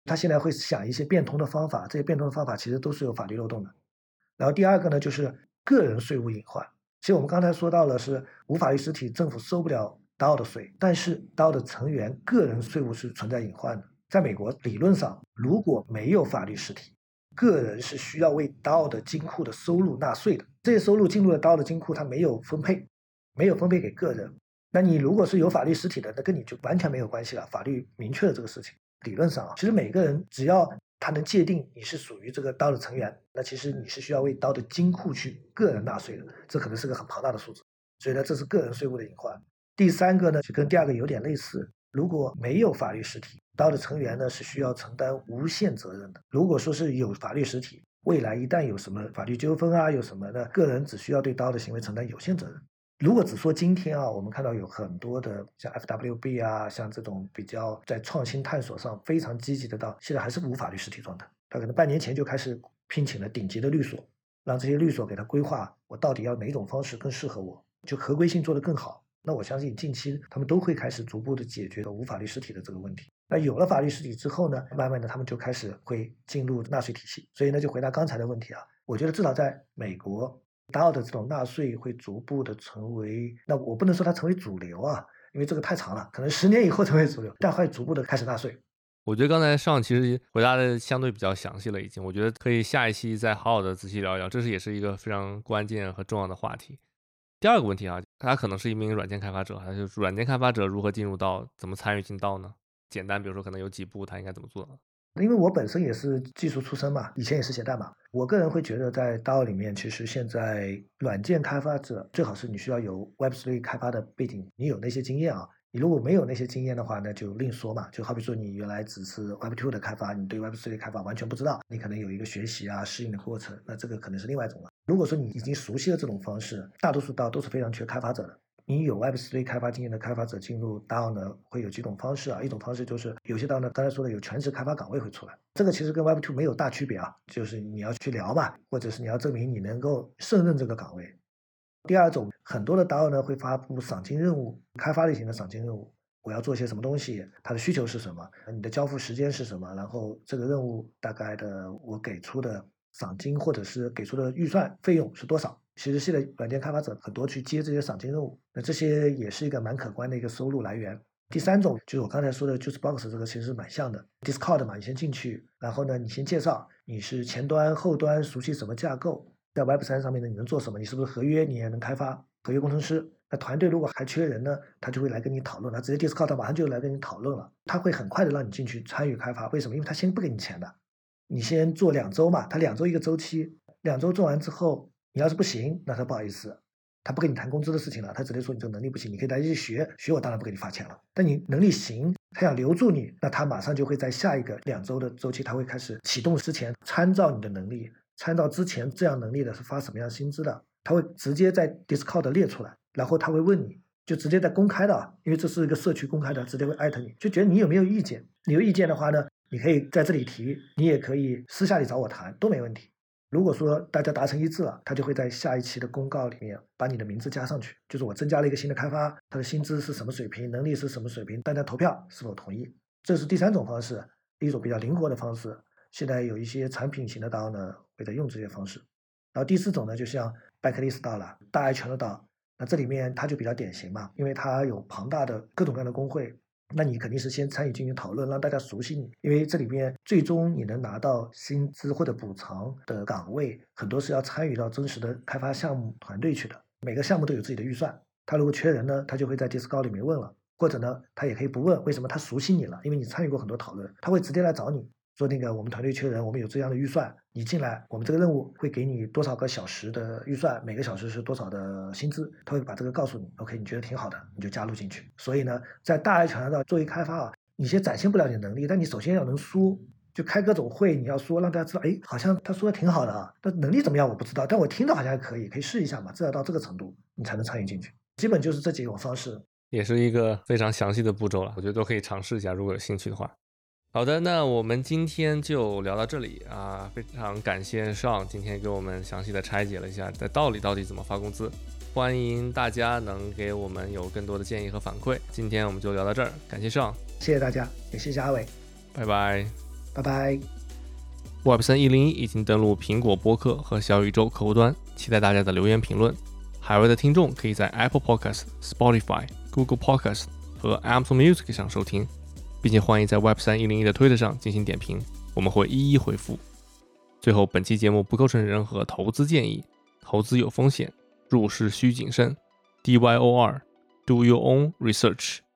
他现在会想一些变通的方法，这些变通的方法其实都是有法律漏洞的。然后第二个呢，就是个人税务隐患。其实我们刚才说到了是无法律实体政府收不了 DAO 的税，但是 DAO 的成员个人税务是存在隐患的。在美国理论上，如果没有法律实体，个人是需要为 DAO 的金库的收入纳税的。这些收入进入了 DAO 的金库，它没有分配给个人。那你如果是有法律实体的，那跟你就完全没有关系了。法律明确了这个事情。理论上其实每个人只要他能界定你是属于这个 DAO 的成员，那其实你是需要为 DAO 的金库去个人纳税的。这可能是个很庞大的数字，所以呢，这是个人税务的隐患。第三个呢，就跟第二个有点类似，如果没有法律实体，DAO 的成员呢是需要承担无限责任的。如果说是有法律实体，未来一旦有什么法律纠纷啊，有什么呢，个人只需要对 DAO 的行为承担有限责任。如果只说今天啊，我们看到有很多的像 FWB 啊，像这种比较在创新探索上非常积极的DAO，现在还是无法律实体状态。他可能半年前就开始聘请了顶级的律所，让这些律所给他规划我到底要哪种方式更适合我，就合规性做得更好。那我相信近期他们都会开始逐步的解决无法律实体的这个问题。那有了法律实体之后呢，慢慢的他们就开始会进入纳税体系。所以呢，就回答刚才的问题啊，我觉得至少在美国，DAO 的这种纳税会逐步的成为，那我不能说它成为主流啊，因为这个太长了，可能10年以后成为主流，但会逐步的开始纳税。 我觉得刚才上其实回答的相对比较详细了已经，我觉得可以下一期再好好的仔细聊一聊，这也是一个非常关键和重要的话题。第二个问题啊，他可能是一名软件开发者，他就是软件开发者如何进入DAO，怎么参与进DAO呢？简单，比如说可能有几步他应该怎么做呢？ 因为我本身也是技术出身嘛，以前也是写代码。我个人会觉得，在 DAO 里面，其实现在软件开发者最好是你需要有 Web3 开发的背景，你有那些经验啊。你如果没有那些经验的话，那就另说嘛。就好比说你原来只是 Web2 的开发，你对 Web3 的开发完全不知道，你可能有一个学习啊、适应的过程，那这个可能是另外一种了。如果说你已经熟悉了这种方式，大多数 DAO 都是非常缺开发者的。你有 Web3 开发经验的开发者进入 DAO 呢，会有几种方式啊。一种方式就是有些 DAO 呢，刚才说的有全职开发岗位会出来，这个其实跟 Web2 没有大区别啊，就是你要去聊嘛，或者是你要证明你能够胜任这个岗位。第二种，很多的 DAO 呢会发布赏金任务，开发类型的赏金任务。我要做些什么东西，它的需求是什么，你的交付时间是什么，然后这个任务大概的我给出的赏金或者是给出的预算费用是多少。其实现在软件开发者很多去接这些赏金任务，那这些也是一个蛮可观的一个收入来源。第三种就是我刚才说的 Juicebox 这个其实是蛮像的 Discord 嘛，你先进去，然后呢你先介绍你是前端后端熟悉什么架构，在 Web3 上面呢你能做什么，你是不是合约你也能开发，合约工程师。那团队如果还缺人呢，他就会来跟你讨论，他直接 Discord 马上就来跟你讨论了，他会很快的让你进去参与开发。为什么？因为他先不给你钱的，你先做2周嘛，他2周一个周期，2周做完之后，你要是不行，那他不好意思，他不跟你谈工资的事情了，他直接说你这个能力不行，你可以来去学，学我当然不给你发钱了。但你能力行，他想留住你，那他马上就会在下一个2周的周期，他会开始启动之前参照你的能力，参照之前这样能力的是发什么样薪资的，他会直接在 Discord 列出来。然后他会问你，就直接在公开的，因为这是一个社区公开的，直接会艾特你，就觉得你有没有意见。你有意见的话呢，你可以在这里提，你也可以私下里找我谈，都没问题。如果说大家达成一致了，他就会在下一期的公告里面把你的名字加上去，就是我增加了一个新的开发，他的薪资是什么水平，能力是什么水平，大家投票是否同意。这是第三种方式，一种比较灵活的方式。现在有一些产品型的DAO呢会在用这些方式。然后第四种呢，就像 Backlist DAO 了，大爱全的DAO。那这里面它就比较典型嘛，因为它有庞大的各种各样的工会，那你肯定是先参与进行讨论，让大家熟悉你，因为这里面最终你能拿到薪资或者补偿的岗位，很多是要参与到真实的开发项目团队去的，每个项目都有自己的预算，他如果缺人呢，他就会在 Discord 里面问了，或者呢，他也可以不问，为什么？他熟悉你了，因为你参与过很多讨论，他会直接来找你。说那个我们团队缺人，我们有这样的预算，你进来，我们这个任务会给你多少个小时的预算，每个小时是多少的薪资，他会把这个告诉你。OK， 你觉得挺好的，你就加入进去。所以呢，在大爱全道作为开发啊，你先展现不了你的能力，但你首先要能说，就开各种会，你要说让大家知道，哎，好像他说的挺好的啊，但能力怎么样我不知道，但我听到好像还可以试一下嘛，至少到这个程度你才能参与进去。基本就是这几种方式， 也是一个非常详细的步骤了，我觉得都可以尝试一下，如果有兴趣的话。好的，那我们今天就聊到这里啊！非常感谢Sean今天给我们详细的拆解了一下在DAO里到底怎么发工资，欢迎大家能给我们有更多的建议和反馈。今天我们就聊到这儿，感谢Sean， 谢谢大家，也谢谢阿伟， 拜拜。 拜拜。 Web3-101已经登录苹果播客和小宇宙客户端，期待大家的留言评论。海外的听众可以在 Apple Podcast、Spotify、Google Podcast 和 Amazon Music 上收听，并且欢迎在 Web3-101的推特上进行点评，我们会一一回复。最后，本期节目不构成任何投资建议，投资有风险，入市需谨慎。DYOR Do your own research.